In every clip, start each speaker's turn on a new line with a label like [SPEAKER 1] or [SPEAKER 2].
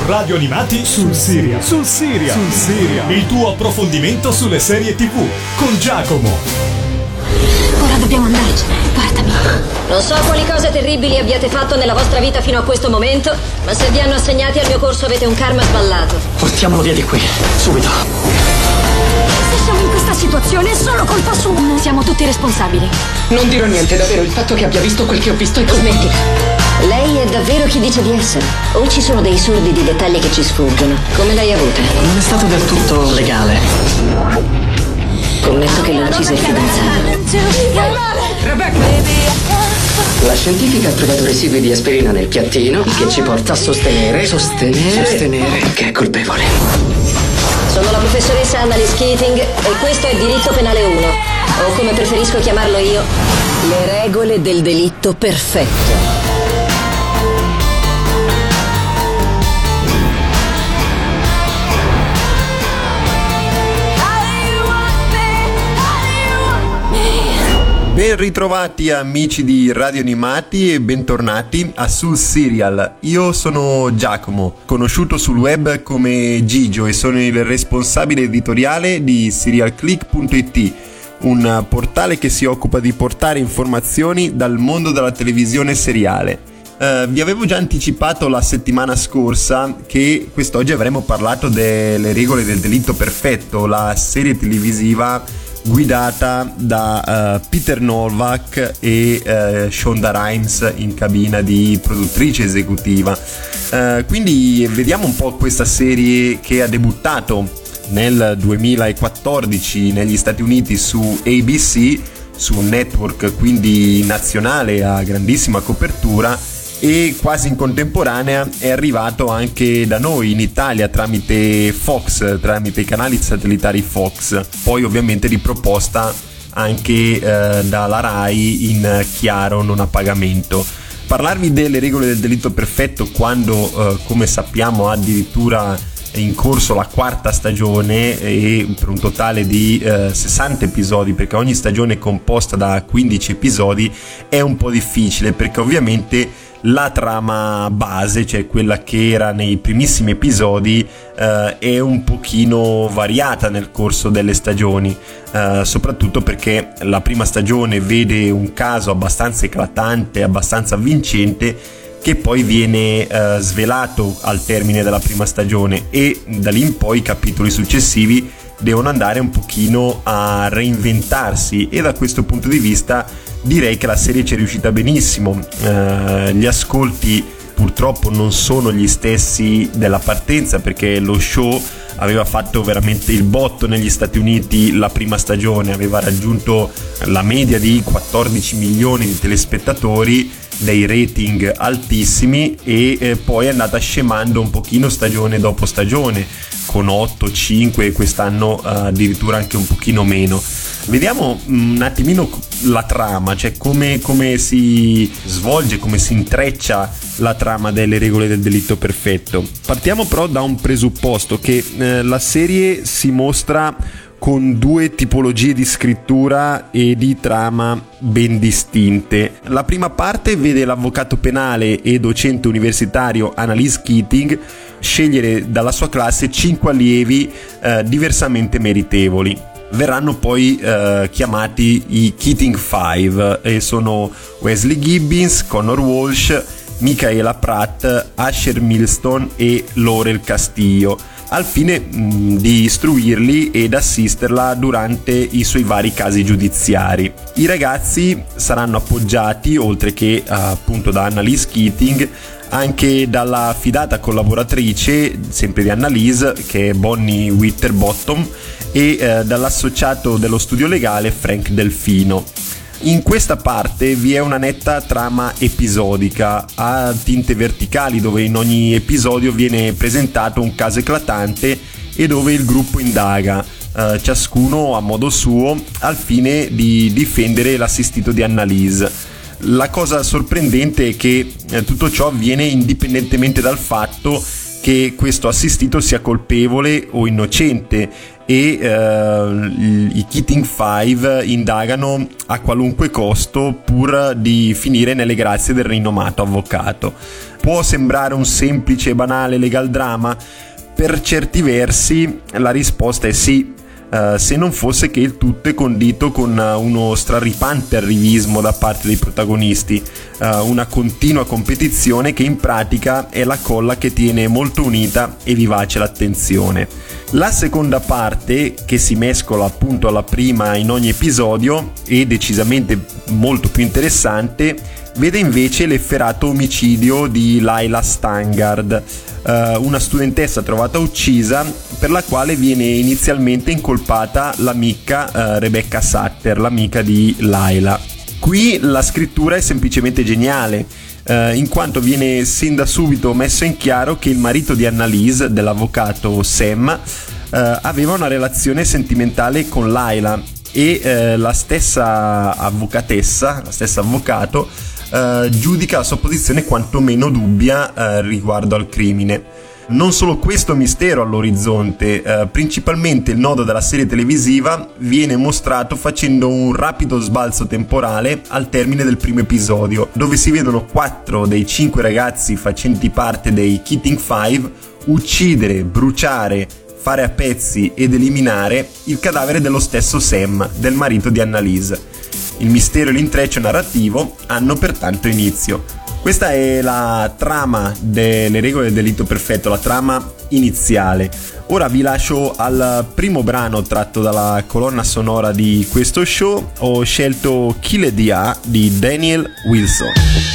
[SPEAKER 1] Radio Animati sul Serial. Sul Serial. Sul Serial. Il tuo approfondimento sulle serie TV con Giacomo.
[SPEAKER 2] Ora dobbiamo andarcene, portami.
[SPEAKER 3] Non so quali cose terribili abbiate fatto nella vostra vita fino a questo momento, ma se vi hanno assegnati al mio corso avete un karma sballato.
[SPEAKER 4] Portiamolo via di qui, subito.
[SPEAKER 2] Se siamo in questa situazione è solo colpa sua. Non siamo tutti responsabili.
[SPEAKER 4] Non dirò niente, davvero, il fatto che abbia visto quel che ho visto è colpa.
[SPEAKER 3] Smettila. Lei è davvero chi dice di essere? O ci sono dei sordidi dettagli che ci sfuggono? Come l'hai avuta?
[SPEAKER 4] Non è stato del tutto legale.
[SPEAKER 3] Scommetto che l'uccisa il fidanzato.
[SPEAKER 4] La scientifica ha trovato residui di aspirina nel piattino che ci porta a sostenere che è colpevole.
[SPEAKER 3] Sono la professoressa Annalise Keating e questo è Diritto Penale 1, o come preferisco chiamarlo io, le regole del delitto perfetto.
[SPEAKER 5] Ben ritrovati amici di Radio Animati e bentornati a Sul Serial. Io sono Giacomo, conosciuto sul web come Gigio e sono il responsabile editoriale di serialclick.it, un portale che si occupa di portare informazioni dal mondo della televisione seriale. Vi avevo già anticipato la settimana scorsa che quest'oggi avremmo parlato delle regole del delitto perfetto, la serie televisiva guidata da Peter Nowak e Shonda Rhimes in cabina di produttrice esecutiva. Quindi vediamo un po' questa serie che ha debuttato nel 2014 negli Stati Uniti su ABC, su un network quindi nazionale a grandissima copertura, e quasi in contemporanea è arrivato anche da noi in Italia tramite Fox, tramite i canali satellitari Fox, poi ovviamente riproposta anche dalla Rai in chiaro non a pagamento. Parlarvi delle regole del delitto perfetto quando come sappiamo addirittura in corso la quarta stagione e per un totale di 60 episodi, perché ogni stagione è composta da 15 episodi, è un po' difficile perché ovviamente la trama base, cioè quella che era nei primissimi episodi, è un pochino variata nel corso delle stagioni, soprattutto perché la prima stagione vede un caso abbastanza eclatante, abbastanza avvincente, che poi viene svelato al termine della prima stagione, e da lì in poi i capitoli successivi devono andare un pochino a reinventarsi, e da questo punto di vista direi che la serie ci è riuscita benissimo. Gli ascolti purtroppo non sono gli stessi della partenza, perché lo show aveva fatto veramente il botto negli Stati Uniti. La prima stagione aveva raggiunto la media di 14 milioni di telespettatori, dei rating altissimi, e poi è andata scemando un pochino stagione dopo stagione, con 8, 5 e quest'anno addirittura anche un pochino meno. Vediamo un attimino la trama, cioè come si svolge, come si intreccia la trama delle regole del delitto perfetto. Partiamo però da un presupposto, che la serie si mostra con due tipologie di scrittura e di trama ben distinte. La prima parte vede l'avvocato penale e docente universitario Annalise Keating scegliere dalla sua classe 5 allievi diversamente meritevoli. Verranno poi chiamati i Keating Five, e sono Wesley Gibbons, Connor Walsh, Michaela Pratt, Asher Milestone e Laurel Castillo, al fine di istruirli ed assisterla durante i suoi vari casi giudiziari. I ragazzi saranno appoggiati, oltre che appunto da Annalise Keating, anche dalla fidata collaboratrice, sempre di Annalise, che è Bonnie Winterbottom, e dall'associato dello studio legale Frank Delfino. In questa parte vi è una netta trama episodica a tinte verticali, dove in ogni episodio viene presentato un caso eclatante e dove il gruppo indaga, ciascuno a modo suo, al fine di difendere l'assistito di Annalise. La cosa sorprendente è che tutto ciò avviene indipendentemente dal fatto che questo assistito sia colpevole o innocente, e i Keating Five indagano a qualunque costo pur di finire nelle grazie del rinomato avvocato. Può sembrare un semplice e banale legal drama? Per certi versi la risposta è sì, se non fosse che il tutto è condito con uno straripante arrivismo da parte dei protagonisti, una continua competizione che in pratica è la colla che tiene molto unita e vivace l'attenzione. La seconda parte, che si mescola appunto alla prima in ogni episodio, è decisamente molto più interessante, vede invece l'efferato omicidio di Laila Stangard, una studentessa trovata uccisa, per la quale viene inizialmente incolpata l'amica Rebecca Sutter, l'amica di Laila. Qui la scrittura è semplicemente geniale, in quanto viene sin da subito messo in chiaro che il marito di Annalise, dell'avvocato Sam, aveva una relazione sentimentale con Laila e la stessa avvocatessa, la stessa avvocato, giudica la sua posizione quantomeno dubbia riguardo al crimine. Non solo questo mistero all'orizzonte, principalmente il nodo della serie televisiva viene mostrato facendo un rapido sbalzo temporale al termine del primo episodio, dove si vedono 4 dei 5 ragazzi facenti parte dei Keating Five uccidere, bruciare, fare a pezzi ed eliminare il cadavere dello stesso Sam, del marito di Annalise. Il mistero e l'intreccio narrativo hanno pertanto inizio. Questa è la trama delle regole del delitto perfetto, la trama iniziale. Ora vi lascio al primo brano tratto dalla colonna sonora di questo show. Ho scelto Kill Dia di Daniel Wilson.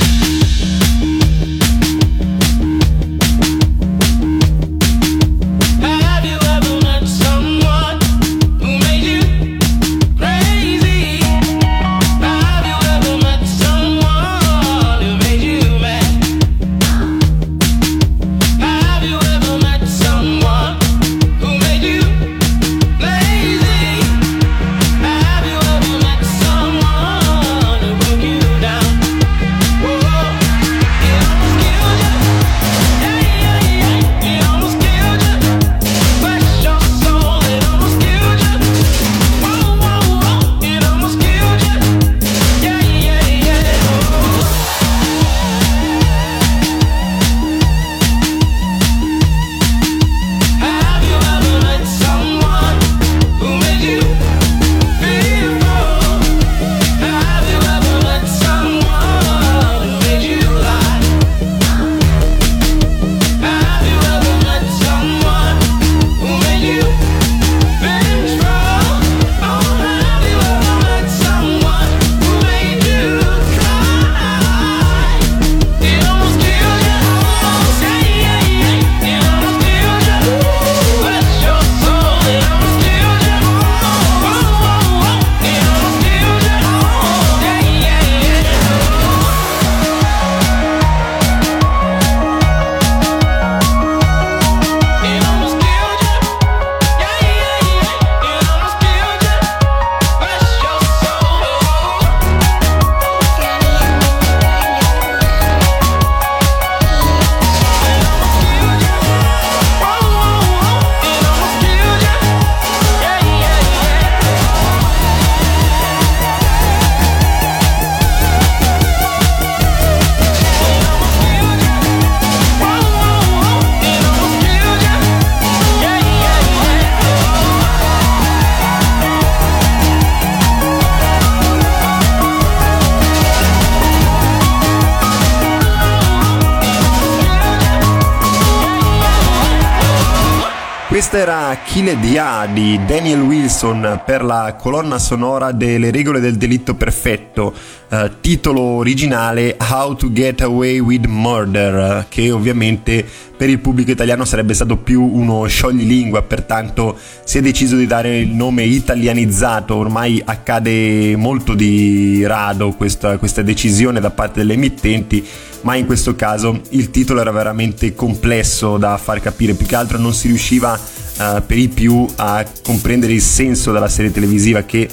[SPEAKER 5] Questa era Kill Dia di Daniel Wilson per la colonna sonora delle regole del delitto perfetto, titolo originale How to Get Away with Murder, che ovviamente per il pubblico italiano sarebbe stato più uno scioglilingua, pertanto si è deciso di dare il nome italianizzato. Ormai accade molto di rado questa decisione da parte delle emittenti, ma in questo caso il titolo era veramente complesso da far capire, più che altro non si riusciva per i più a comprendere il senso della serie televisiva, che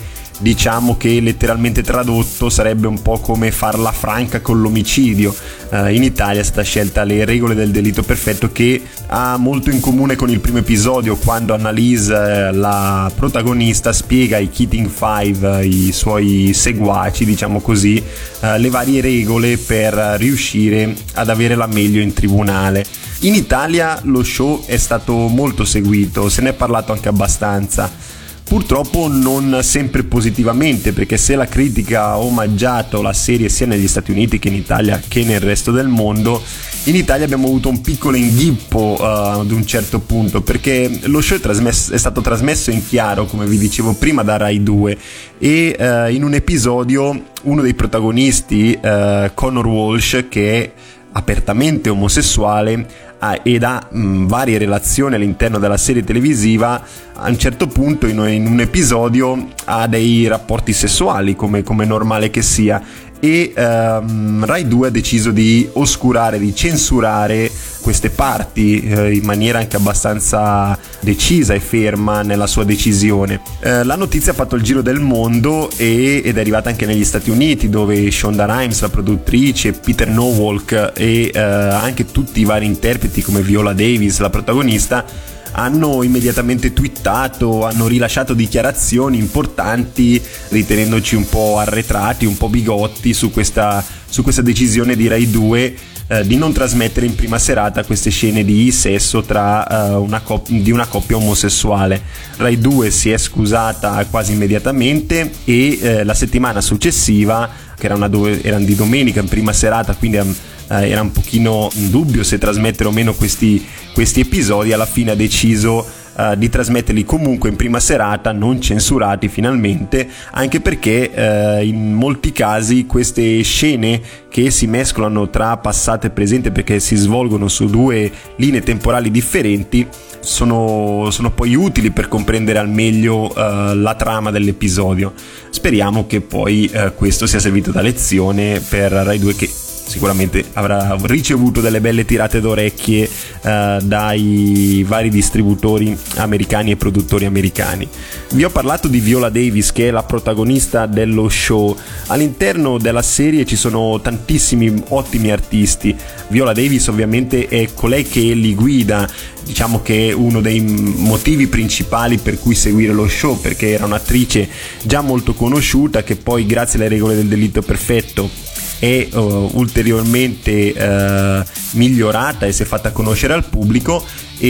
[SPEAKER 5] diciamo che letteralmente tradotto sarebbe un po' come farla franca con l'omicidio. In Italia è stata scelta Le regole del delitto perfetto, che ha molto in comune con il primo episodio, quando Annalise, la protagonista, spiega ai Keating Five, i suoi seguaci diciamo così, le varie regole per riuscire ad avere la meglio in tribunale. In Italia lo show è stato molto seguito, se ne è parlato anche abbastanza, purtroppo non sempre positivamente, perché se la critica ha omaggiato la serie sia negli Stati Uniti che in Italia che nel resto del mondo, in Italia abbiamo avuto un piccolo inghippo ad un certo punto, perché lo show è stato trasmesso in chiaro, come vi dicevo prima, da Rai 2, e in un episodio uno dei protagonisti, Connor Walsh, che è apertamente omosessuale ed ha varie relazioni all'interno della serie televisiva, a un certo punto in un episodio ha dei rapporti sessuali, come normale che sia, e Rai 2 ha deciso di oscurare, di censurare queste parti in maniera anche abbastanza decisa e ferma nella sua decisione. La notizia ha fatto il giro del mondo ed è arrivata anche negli Stati Uniti, dove Shonda Rhimes, la produttrice, Peter Nowalk e anche tutti i vari interpreti come Viola Davis, la protagonista, hanno immediatamente twittato, hanno rilasciato dichiarazioni importanti, ritenendoci un po' arretrati, un po' bigotti su questa decisione di Rai 2 di non trasmettere in prima serata queste scene di sesso tra di una coppia omosessuale. Rai 2 si è scusata quasi immediatamente e la settimana successiva, che erano di domenica in prima serata, quindi era un pochino in dubbio se trasmettere o meno questi episodi, alla fine ha deciso di trasmetterli comunque in prima serata, non censurati finalmente, anche perché in molti casi queste scene che si mescolano tra passato e presente, perché si svolgono su due linee temporali differenti, sono poi utili per comprendere al meglio la trama dell'episodio. Speriamo che poi questo sia servito da lezione per Rai 2, che sicuramente avrà ricevuto delle belle tirate d'orecchie dai vari distributori americani e produttori americani. Vi ho parlato di Viola Davis, che è la protagonista dello show. All'interno della serie ci sono tantissimi ottimi artisti. Viola Davis ovviamente è colei che li guida, diciamo che è uno dei motivi principali per cui seguire lo show, perché era un'attrice già molto conosciuta, che poi grazie alle regole del delitto perfetto è ulteriormente migliorata e si è fatta conoscere al pubblico,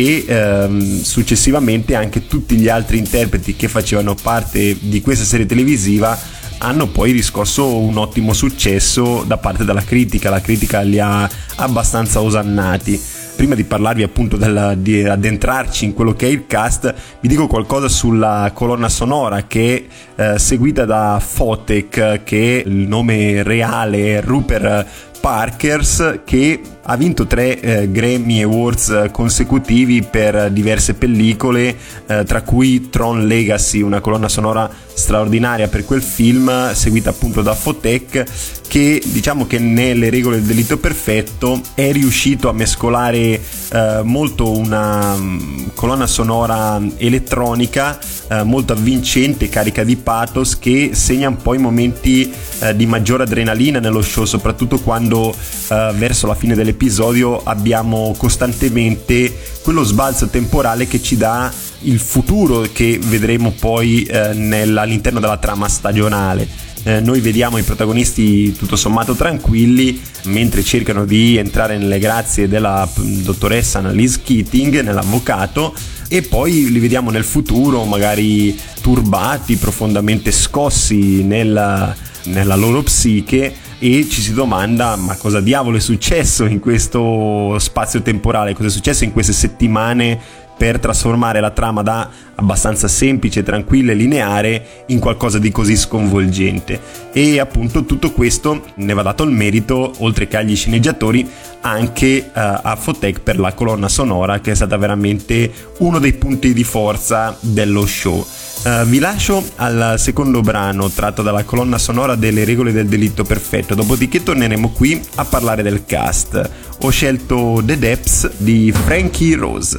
[SPEAKER 5] e successivamente anche tutti gli altri interpreti che facevano parte di questa serie televisiva hanno poi riscosso un ottimo successo da parte della critica. La critica li ha abbastanza osannati. Prima di parlarvi appunto di addentrarci in quello che è il cast, vi dico qualcosa sulla colonna sonora, che è seguita da Photek, che il nome reale è Rupert Parkers, che ha vinto 3 Grammy Awards consecutivi per diverse pellicole, tra cui Tron Legacy, una colonna sonora straordinaria per quel film, seguita appunto da Photek, che diciamo che nelle regole del delitto perfetto è riuscito a mescolare molto una colonna sonora elettronica molto avvincente, carica di pathos, che segna un po' i momenti di maggiore adrenalina nello show, soprattutto quando verso la fine dell'episodio abbiamo costantemente quello sbalzo temporale che ci dà il futuro che vedremo poi all'interno della trama stagionale. Noi vediamo i protagonisti tutto sommato tranquilli mentre cercano di entrare nelle grazie della dottoressa Annalise Keating, nell'avvocato, e poi li vediamo nel futuro magari turbati, profondamente scossi nella loro psiche, e ci si domanda: ma cosa diavolo è successo in questo spazio temporale, cosa è successo in queste settimane per trasformare la trama da abbastanza semplice, tranquilla e lineare in qualcosa di così sconvolgente. E appunto tutto questo ne va dato il merito, oltre che agli sceneggiatori, anche a Photek per la colonna sonora, che è stata veramente uno dei punti di forza dello show. Vi lascio al secondo brano tratto dalla colonna sonora delle regole del delitto perfetto, dopodiché torneremo qui a parlare del cast. Ho scelto The Depths di Frankie Rose.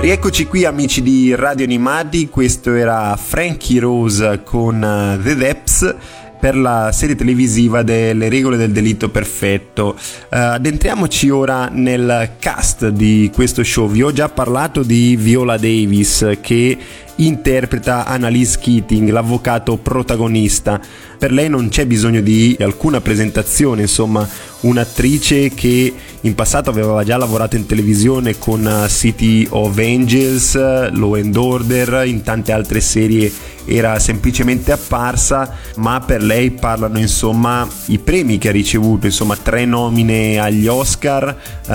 [SPEAKER 5] Rieccoci qui amici di Radio Animati, questo era Frankie Rose con The Depths per la serie televisiva delle regole del delitto perfetto. Addentriamoci ora nel cast di questo show. Vi ho già parlato di Viola Davis che interpreta Annalise Keating, l'avvocato protagonista. Per lei non c'è bisogno di alcuna presentazione, insomma, un'attrice che in passato aveva già lavorato in televisione con City of Angels, Law and Order, in tante altre serie era semplicemente apparsa, ma per lei parlano insomma i premi che ha ricevuto, insomma 3 nomine agli Oscar,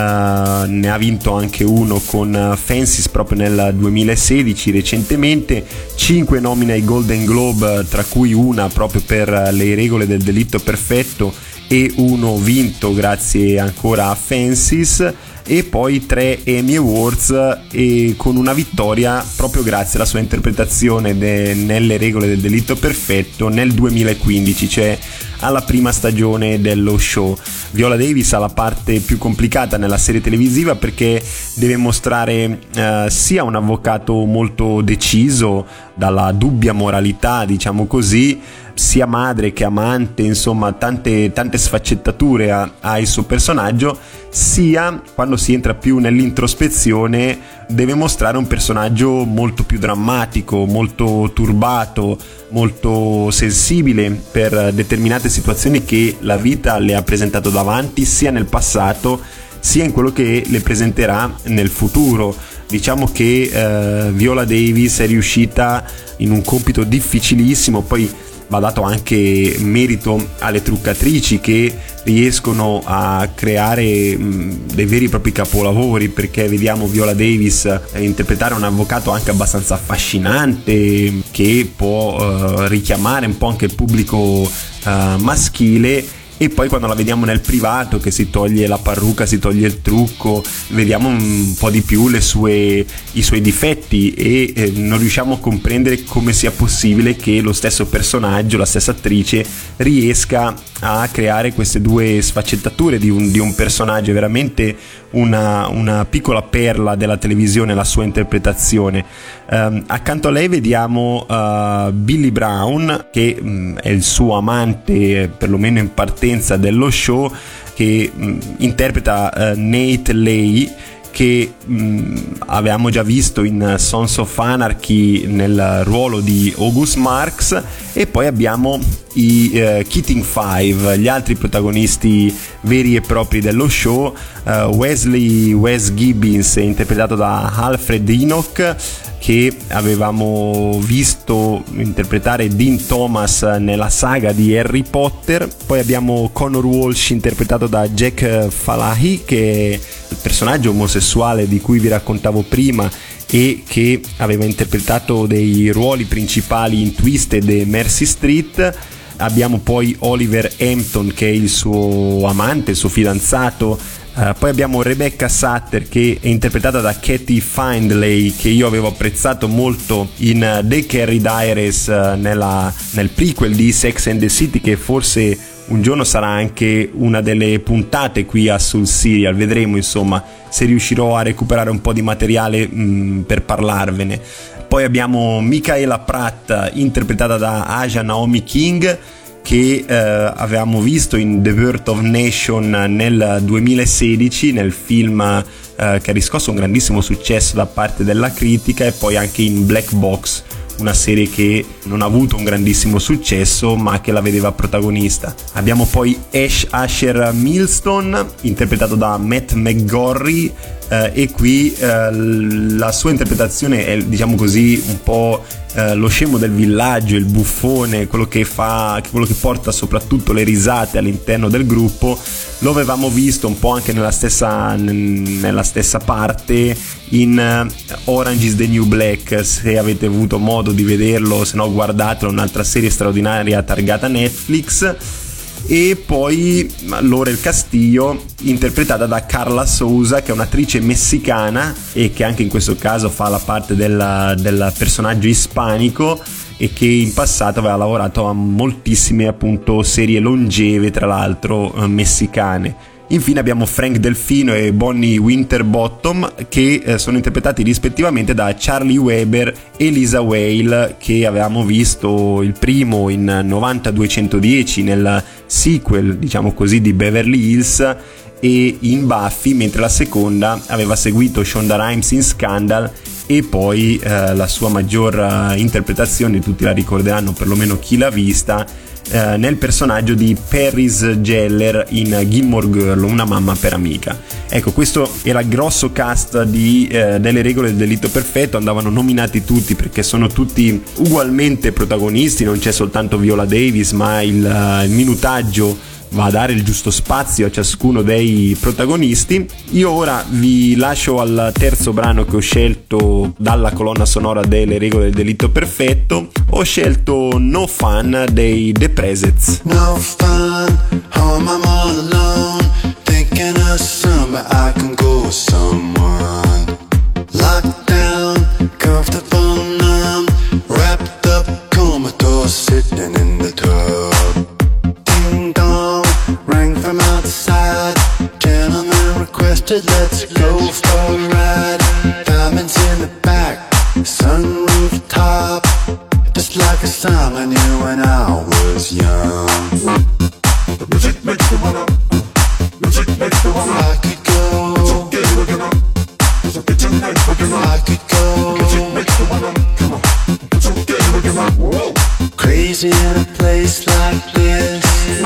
[SPEAKER 5] ne ha vinto anche uno con Fences proprio nel 2016 recentemente, 5 nomine ai Golden Globe, tra cui una proprio per le regole del delitto perfetto e uno vinto grazie ancora a Fences, e poi 3 Emmy Awards e con una vittoria proprio grazie alla sua interpretazione nelle regole del delitto perfetto nel 2015, cioè alla prima stagione dello show. Viola Davis ha la parte più complicata nella serie televisiva perché deve mostrare sia un avvocato molto deciso, dalla dubbia moralità diciamo così, sia madre che amante, insomma tante sfaccettature ha il suo personaggio, sia quando si entra più nell'introspezione deve mostrare un personaggio molto più drammatico, molto turbato, molto sensibile per determinate situazioni che la vita le ha presentato davanti, sia nel passato sia in quello che le presenterà nel futuro. Diciamo che Viola Davis è riuscita in un compito difficilissimo, poi va dato anche merito alle truccatrici che riescono a creare dei veri e propri capolavori, perché vediamo Viola Davis interpretare un avvocato anche abbastanza affascinante che può richiamare un po' anche il pubblico maschile, e poi quando la vediamo nel privato che si toglie la parrucca, si toglie il trucco, vediamo un po' di più i suoi difetti e non riusciamo a comprendere come sia possibile che lo stesso personaggio, la stessa attrice riesca a creare queste due sfaccettature di un personaggio. È veramente una piccola perla della televisione la sua interpretazione. Accanto a lei vediamo Billy Brown che è il suo amante, perlomeno in partenza dello show, che interpreta Nate Leigh, che avevamo già visto in Sons of Anarchy nel ruolo di August Marks, e poi abbiamo i Keating Five, gli altri protagonisti veri e propri dello show. Wes Gibbons, interpretato da Alfred Enoch, che avevamo visto interpretare Dean Thomas nella saga di Harry Potter. Poi abbiamo Connor Walsh, interpretato da Jack Falahy, che è il personaggio omosessuale di cui vi raccontavo prima e che aveva interpretato dei ruoli principali in Twisted e Mercy Street. Abbiamo poi Oliver Hampton, che è il suo amante, il suo fidanzato. Poi abbiamo Rebecca Sutter, che è interpretata da Katie Findlay, che io avevo apprezzato molto in The Carrie Diaries, nel prequel di Sex and the City, che forse un giorno sarà anche una delle puntate qui a Sul Serial. Vedremo insomma se riuscirò a recuperare un po' di materiale per parlarvene. Poi abbiamo Michaela Pratt, interpretata da Aja Naomi King, che avevamo visto in The Birth of Nation nel 2016, nel film che ha riscosso un grandissimo successo da parte della critica, e poi anche in Black Box, una serie che non ha avuto un grandissimo successo ma che la vedeva protagonista. Abbiamo poi Ash Asher Milstone, interpretato da Matt McGorry, e qui la sua interpretazione è, diciamo così, un po' lo scemo del villaggio, il buffone, quello che porta soprattutto le risate all'interno del gruppo. Lo avevamo visto un po' anche nella stessa parte in Orange is the New Black, se avete avuto modo di vederlo, se no guardatelo, un'altra serie straordinaria targata Netflix. E poi Laurel Castillo, interpretata da Carla Souza, che è un'attrice messicana e che anche in questo caso fa la parte del personaggio ispanico, e che in passato aveva lavorato a moltissime appunto serie longeve, tra l'altro messicane. Infine abbiamo Frank Delfino e Bonnie Winterbottom, che sono interpretati rispettivamente da Charlie Weber e Lisa Whale, che avevamo visto il primo in 90-210 nel sequel, diciamo così, di Beverly Hills e in Buffy, mentre la seconda aveva seguito Shonda Rhimes in Scandal e poi la sua maggior interpretazione, tutti la ricorderanno, perlomeno chi l'ha vista, nel personaggio di Paris Geller in Gilmore Girl, una mamma per amica. Ecco, questo era il grosso cast delle regole del delitto perfetto. Andavano nominati tutti perché sono tutti ugualmente protagonisti, non c'è soltanto Viola Davis, ma il minutaggio va a dare il giusto spazio a ciascuno dei protagonisti. Io ora vi lascio al terzo brano che ho scelto dalla colonna sonora delle regole del delitto perfetto. Ho scelto No Fun dei The Presets.
[SPEAKER 6] No fun, home I'm all alone, thinking of somewhere I can go with someone. Locked down, comfortable, numb, wrapped up, comatose, sitting in the tub. Ding dong, rang from outside, gentlemen requested, let's go for a ride. Diamonds in the back, sunroof top, just like a song I knew when I was young. The music makes me wanna, music makes me wanna. I could go, there's a bit tonight for you. I could go, music makes me wanna, come on, it's okay, we're gonna, crazy in a place like this.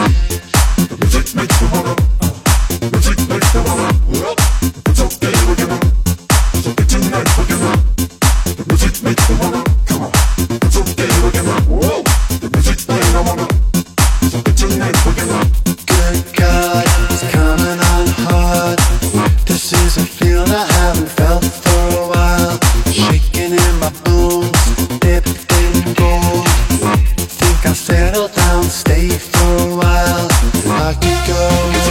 [SPEAKER 6] The music makes me wanna, music makes me wanna, it's okay, we're gonna, there's a bit tonight for you. The music makes me wanna, come on, it's okay, we're gonna, the music makes me wanna, there's a bit tonight for you. Good God, it's coming on hard. This is a feeling I haven't felt for a while. Shaking in my bones, dipped in gold. Think I'll settle down, stay for a while. I could go,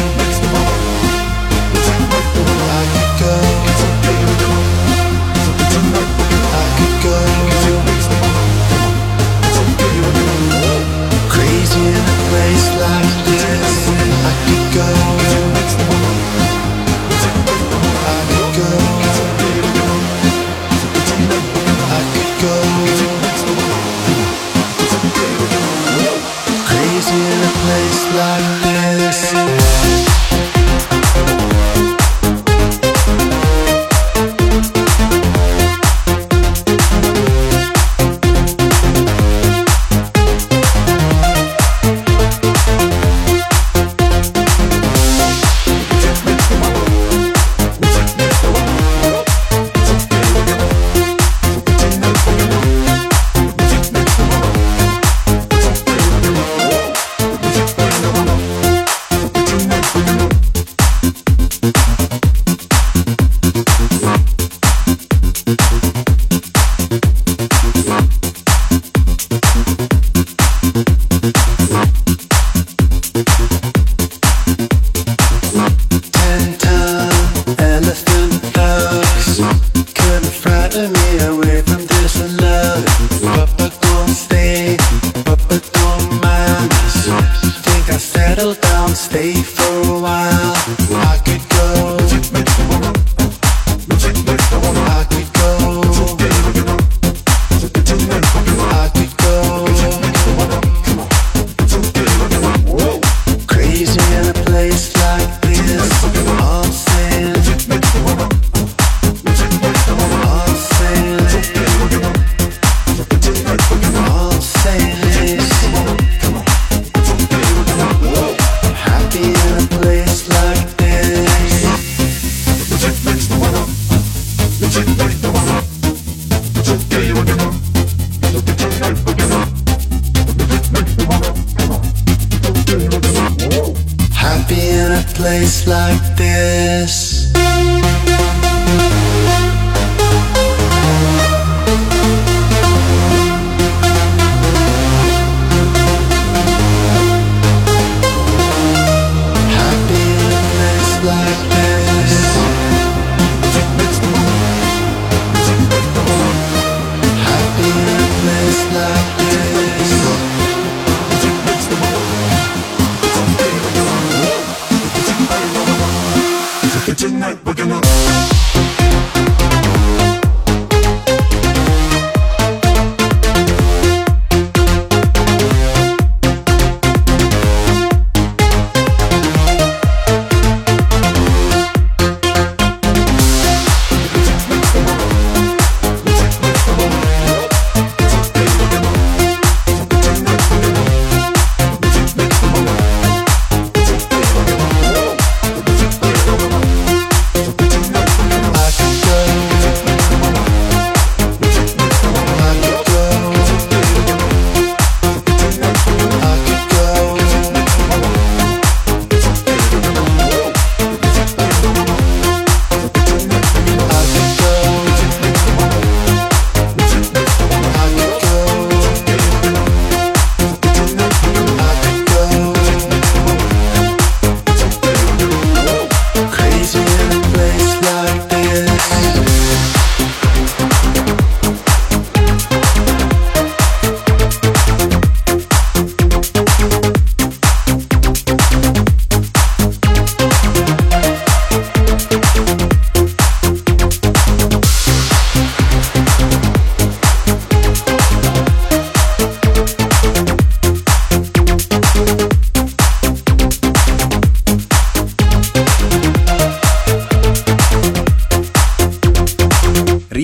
[SPEAKER 6] I could go, I could go, crazy in a place like this. I could go, I could go, I could go, crazy in a place like this. Place like this. Happy in a place like this.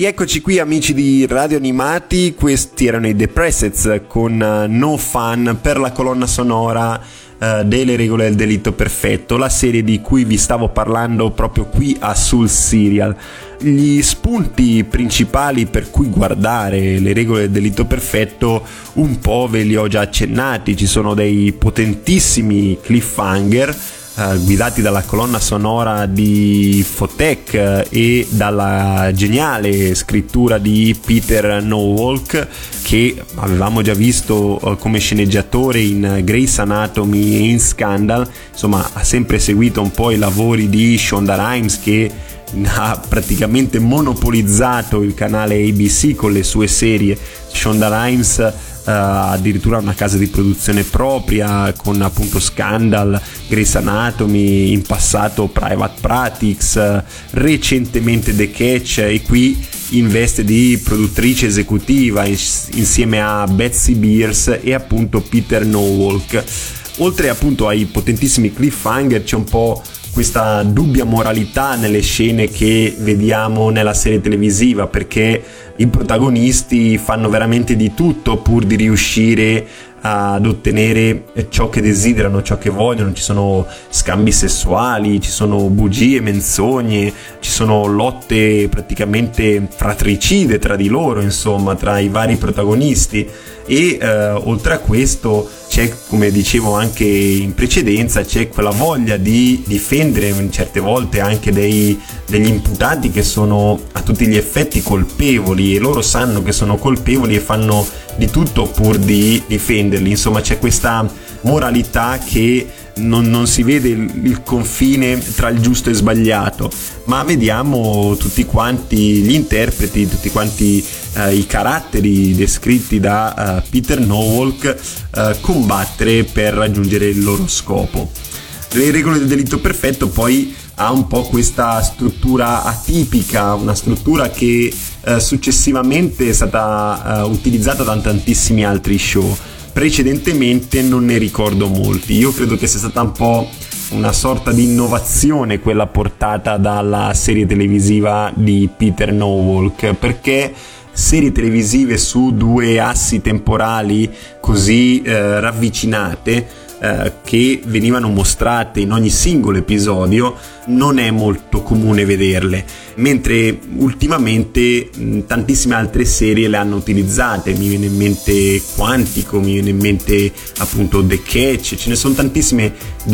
[SPEAKER 5] Rieccoci qui amici di Radio Animati, questi erano i The Presets con No Fun per la colonna sonora delle regole del delitto perfetto, la serie di cui vi stavo parlando proprio qui a Sul Serial. Gli spunti principali per cui guardare le regole del delitto perfetto un po' ve li ho già accennati, ci sono dei potentissimi cliffhanger guidati dalla colonna sonora di Fotek e dalla geniale scrittura di Peter Nowalk, che avevamo già visto come sceneggiatore in Grey's Anatomy e in Scandal. Insomma, ha sempre seguito un po' i lavori di Shonda Rhimes, che ha praticamente monopolizzato il canale ABC con le sue serie. Shonda Rhimes addirittura una casa di produzione propria con appunto Scandal, Grey's Anatomy, in passato Private Practice, recentemente The Catch, e qui in veste di produttrice esecutiva insieme a Betsy Beers e appunto Peter Nowalk. Oltre appunto ai potentissimi cliffhanger c'è un po' questa dubbia moralità nelle scene che vediamo nella serie televisiva, perché i protagonisti fanno veramente di tutto pur di riuscire ad ottenere ciò che desiderano, ciò che vogliono. Ci sono scambi sessuali, ci sono bugie, menzogne, ci sono lotte praticamente fratricide tra di loro, insomma, tra i vari protagonisti. E oltre a questo c'è, come dicevo anche in precedenza, c'è quella voglia di difendere certe volte anche degli imputati che sono a tutti gli effetti colpevoli, e loro sanno che sono colpevoli e fanno di tutto pur di difenderli. Insomma, c'è questa moralità che non si vede il confine tra il giusto e il sbagliato, ma vediamo tutti quanti gli interpreti, tutti quanti i caratteri descritti da Peter Nowalk combattere per raggiungere il loro scopo. Le regole del delitto perfetto poi ha un po' questa struttura atipica, una struttura che successivamente è stata utilizzata da tantissimi altri show. Precedentemente non ne ricordo molti. Io credo che sia stata un po' una sorta di innovazione quella portata dalla serie televisiva di Peter Nowalk, perché serie televisive su due assi temporali così ravvicinate che venivano mostrate in ogni singolo episodio non è molto comune vederle, mentre ultimamente tantissime altre serie le hanno utilizzate. Mi viene in mente Quantico, mi viene in mente appunto The Catch, ce ne sono tantissime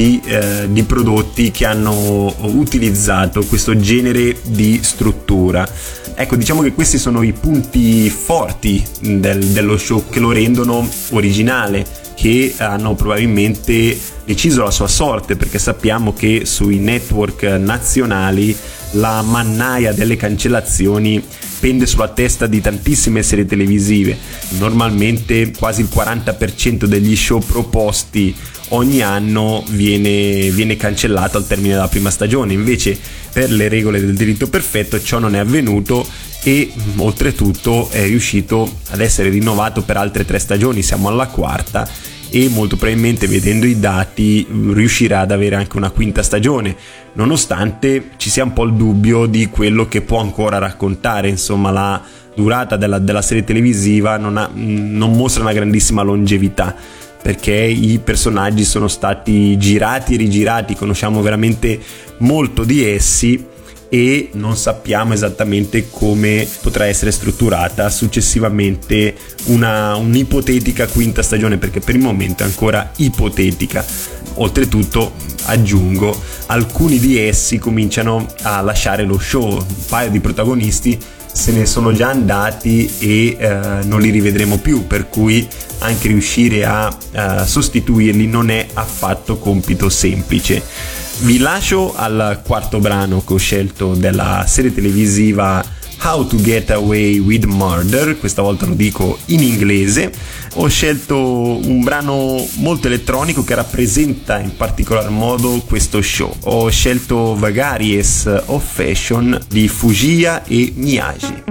[SPEAKER 5] di prodotti che hanno utilizzato questo genere di struttura. Ecco, diciamo che questi sono i punti forti dello show che lo rendono originale, che hanno probabilmente deciso la sua sorte, perché sappiamo che sui network nazionali la mannaia delle cancellazioni pende sulla testa di tantissime serie televisive. Normalmente quasi il 40% degli show proposti ogni anno viene cancellato al termine della prima stagione. Invece per le regole del delitto perfetto ciò non è avvenuto, e oltretutto è riuscito ad essere rinnovato per altre 3 stagioni. Siamo alla 4ª e molto probabilmente, vedendo i dati, riuscirà ad avere anche una 5ª stagione, nonostante ci sia un po' il dubbio di quello che può ancora raccontare. Insomma, la durata della serie televisiva non mostra una grandissima longevità, perché i personaggi sono stati girati e rigirati, conosciamo veramente molto di essi e non sappiamo esattamente come potrà essere strutturata successivamente un'ipotetica 5ª stagione, perché per il momento è ancora ipotetica. Oltretutto, aggiungo, alcuni di essi cominciano a lasciare lo show, un paio di protagonisti se ne sono già andati e non li rivedremo più, per cui anche riuscire a sostituirli non è affatto compito semplice. Vi lascio al 4º brano che ho scelto della serie televisiva How to Get Away with Murder. Questa volta lo dico in inglese. Ho scelto un brano molto elettronico che rappresenta in particolar modo questo show. Ho scelto Vagaries of Fashion di Fujiya e Miyagi.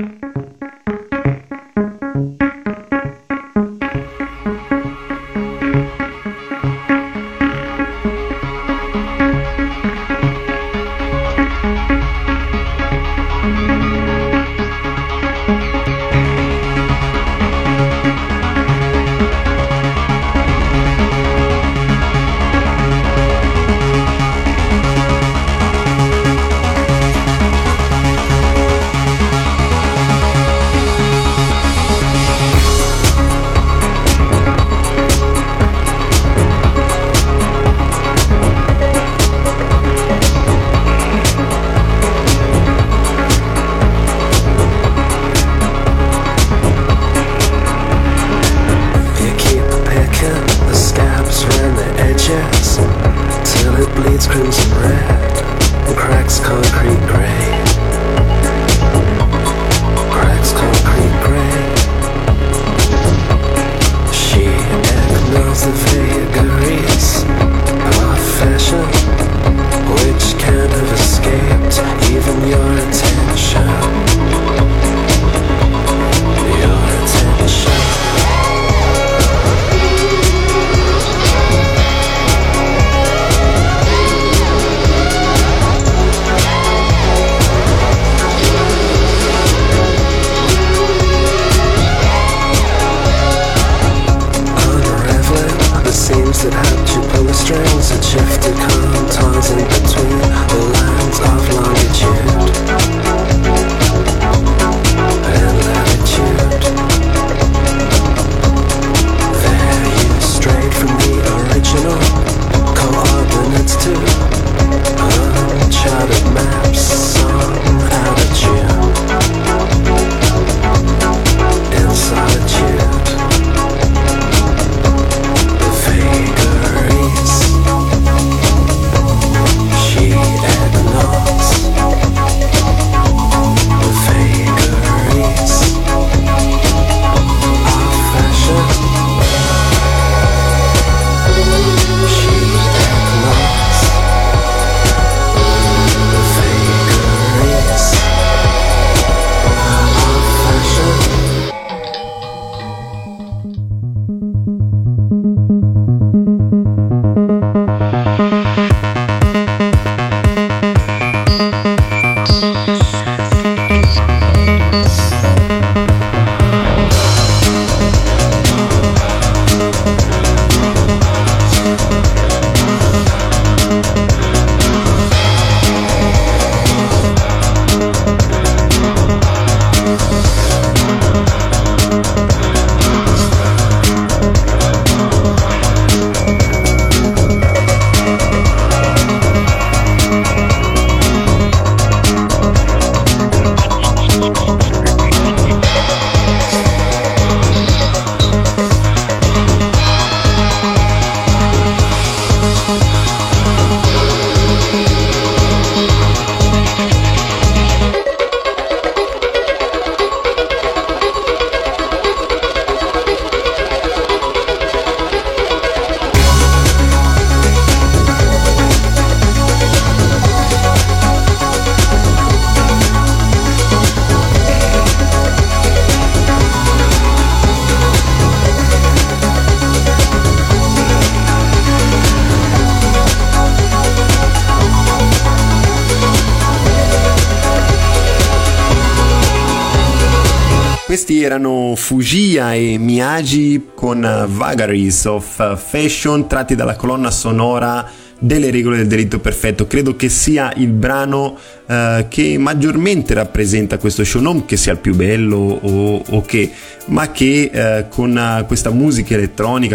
[SPEAKER 5] Questi erano Fujia e Miyagi con Vagaries of Fashion, tratti dalla colonna sonora delle regole del delitto perfetto. Credo che sia il brano che maggiormente rappresenta questo show, non che sia il più bello o che, ma che con questa musica elettronica,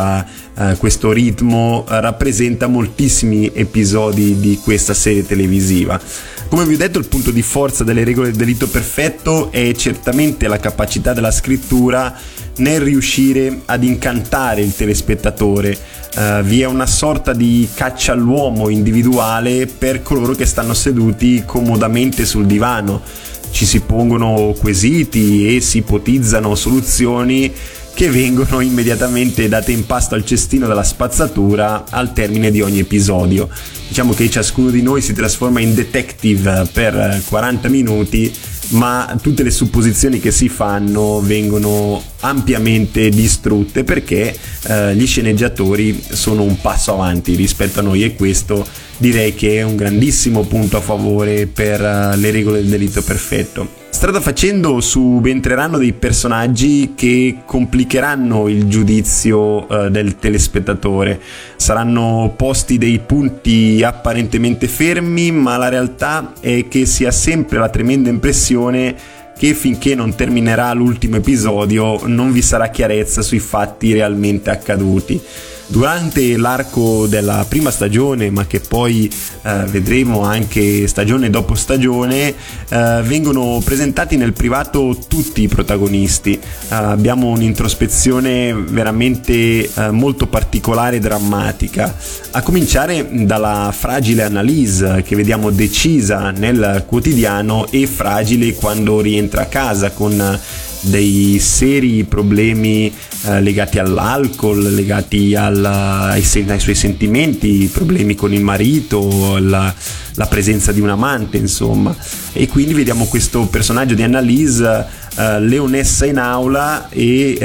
[SPEAKER 5] questo ritmo rappresenta moltissimi episodi di questa serie televisiva. Come vi ho detto, il punto di forza delle regole del delitto perfetto è certamente la capacità della scrittura nel riuscire ad incantare il telespettatore. Vi è una sorta di caccia all'uomo individuale per coloro che stanno seduti comodamente sul divano. Ci si pongono quesiti e si ipotizzano soluzioni che vengono immediatamente date in pasto al cestino della spazzatura al termine di ogni episodio. Diciamo che ciascuno di noi si trasforma in detective per 40 minuti, ma tutte le supposizioni che si fanno vengono ampiamente distrutte perché gli sceneggiatori sono un passo avanti rispetto a noi, e questo direi che è un grandissimo punto a favore per le regole del delitto perfetto. Strada facendo subentreranno dei personaggi che complicheranno il giudizio del telespettatore. Saranno posti dei punti apparentemente fermi, ma la realtà è che si ha sempre la tremenda impressione che finché non terminerà l'ultimo episodio non vi sarà chiarezza sui fatti realmente accaduti. Durante l'arco della prima stagione, ma che poi vedremo anche stagione dopo stagione, vengono presentati nel privato tutti i protagonisti. Abbiamo un'introspezione veramente molto particolare e drammatica, a cominciare dalla fragile Annalise, che vediamo decisa nel quotidiano e fragile quando rientra a casa, con dei seri problemi legati all'alcol, legati ai suoi sentimenti, problemi con il marito, la presenza di un amante, insomma. E quindi vediamo questo personaggio di Annalise, leonessa in aula e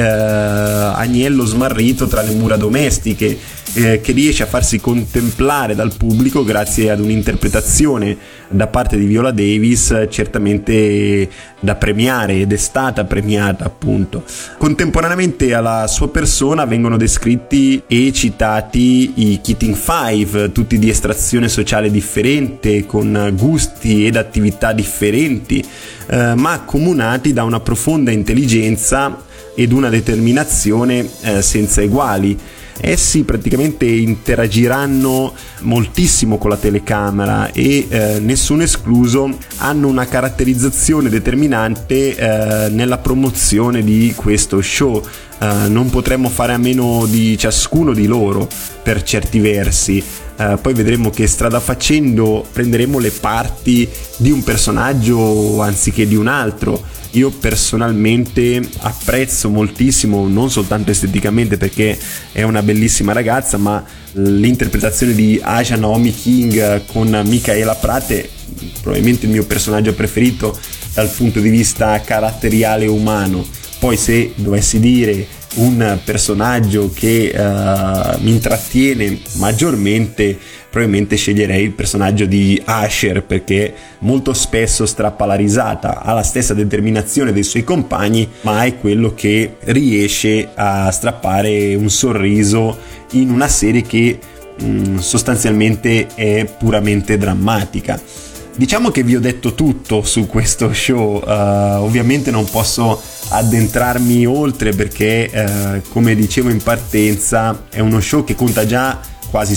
[SPEAKER 5] agnello smarrito tra le mura domestiche, che riesce a farsi contemplare dal pubblico grazie ad un'interpretazione da parte di Viola Davis certamente da premiare, ed è stata premiata appunto. Contemporaneamente alla sua persona vengono descritti e citati i Keating Five, tutti di estrazione sociale differente, con gusti ed attività differenti, ma accomunati da una profonda intelligenza ed una determinazione senza eguali. Essi praticamente interagiranno moltissimo con la telecamera e nessuno escluso hanno una caratterizzazione determinante nella promozione di questo show. Non potremmo fare a meno di ciascuno di loro per certi versi. Poi vedremo che strada facendo prenderemo le parti di un personaggio anziché di un altro. Io personalmente apprezzo moltissimo, non soltanto esteticamente perché è una bellissima ragazza, ma l'interpretazione di Aja Naomi King con Michaela Prate, probabilmente il mio personaggio preferito dal punto di vista caratteriale e umano. Poi se dovessi dire un personaggio che mi intrattiene maggiormente, probabilmente sceglierei il personaggio di Asher, perché molto spesso strappa la risata, ha la stessa determinazione dei suoi compagni, ma è quello che riesce a strappare un sorriso in una serie che sostanzialmente è puramente drammatica. Diciamo che vi ho detto tutto su questo show, ovviamente non posso addentrarmi oltre perché come dicevo in partenza è uno show che conta già quasi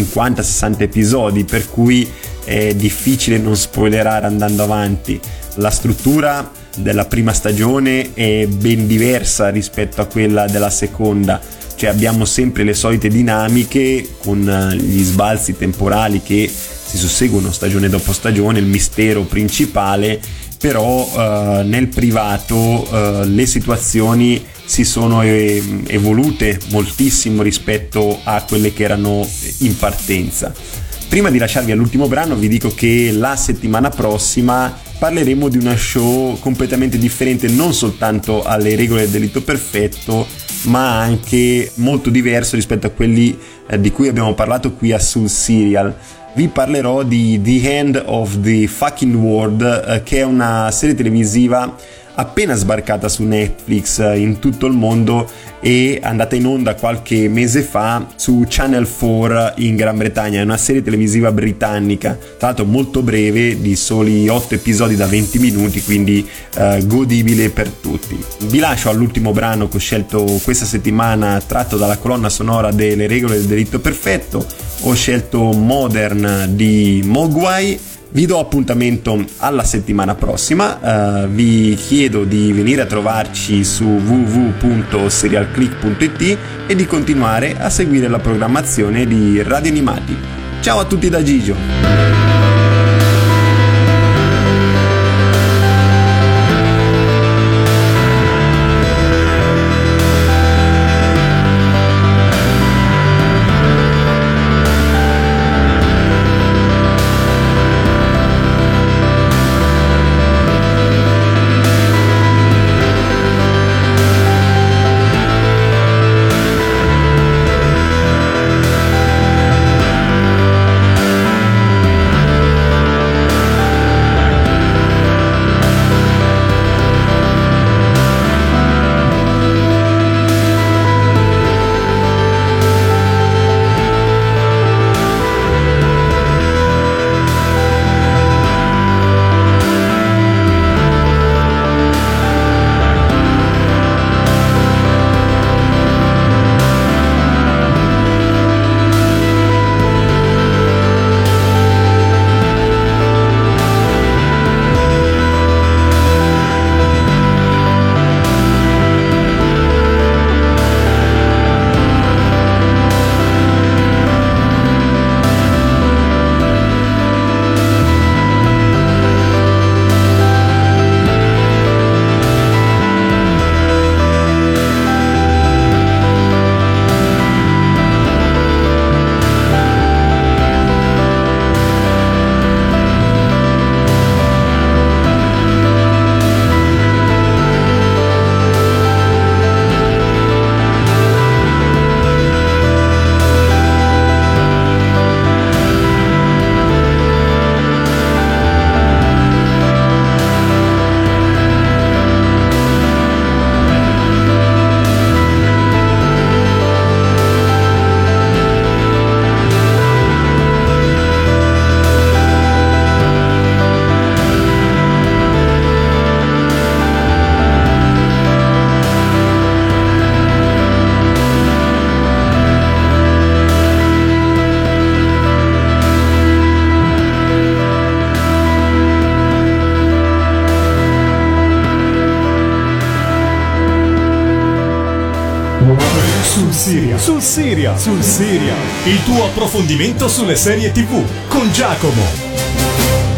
[SPEAKER 5] 50-60 episodi, per cui è difficile non spoilerare andando avanti. La struttura della prima stagione è ben diversa rispetto a quella della seconda, cioè abbiamo sempre le solite dinamiche con gli sbalzi temporali che si susseguono stagione dopo stagione, il mistero principale, però nel privato le situazioni si sono evolute moltissimo rispetto a quelle che erano in partenza. Prima di lasciarvi all'ultimo brano vi dico che la settimana prossima parleremo di una show completamente differente, non soltanto alle regole del delitto perfetto, ma anche molto diverso rispetto a quelli di cui abbiamo parlato qui a Sul Serial. Vi parlerò di The End of the Fucking World, che è una serie televisiva appena sbarcata su Netflix in tutto il mondo e andata in onda qualche mese fa su Channel 4 in Gran Bretagna. È una serie televisiva britannica, tra l'altro molto breve, di soli 8 episodi da 20 minuti, quindi godibile per tutti. Vi lascio all'ultimo brano che ho scelto questa settimana, tratto dalla colonna sonora delle Regole del Delitto Perfetto. Ho scelto Modern di Mogwai. Vi do appuntamento alla settimana prossima, vi chiedo di venire a trovarci su www.serialclick.it e di continuare a seguire la programmazione di Radio Animati. Ciao a tutti da Gigio!
[SPEAKER 1] Sul Serial, il tuo approfondimento sulle serie TV con Giacomo.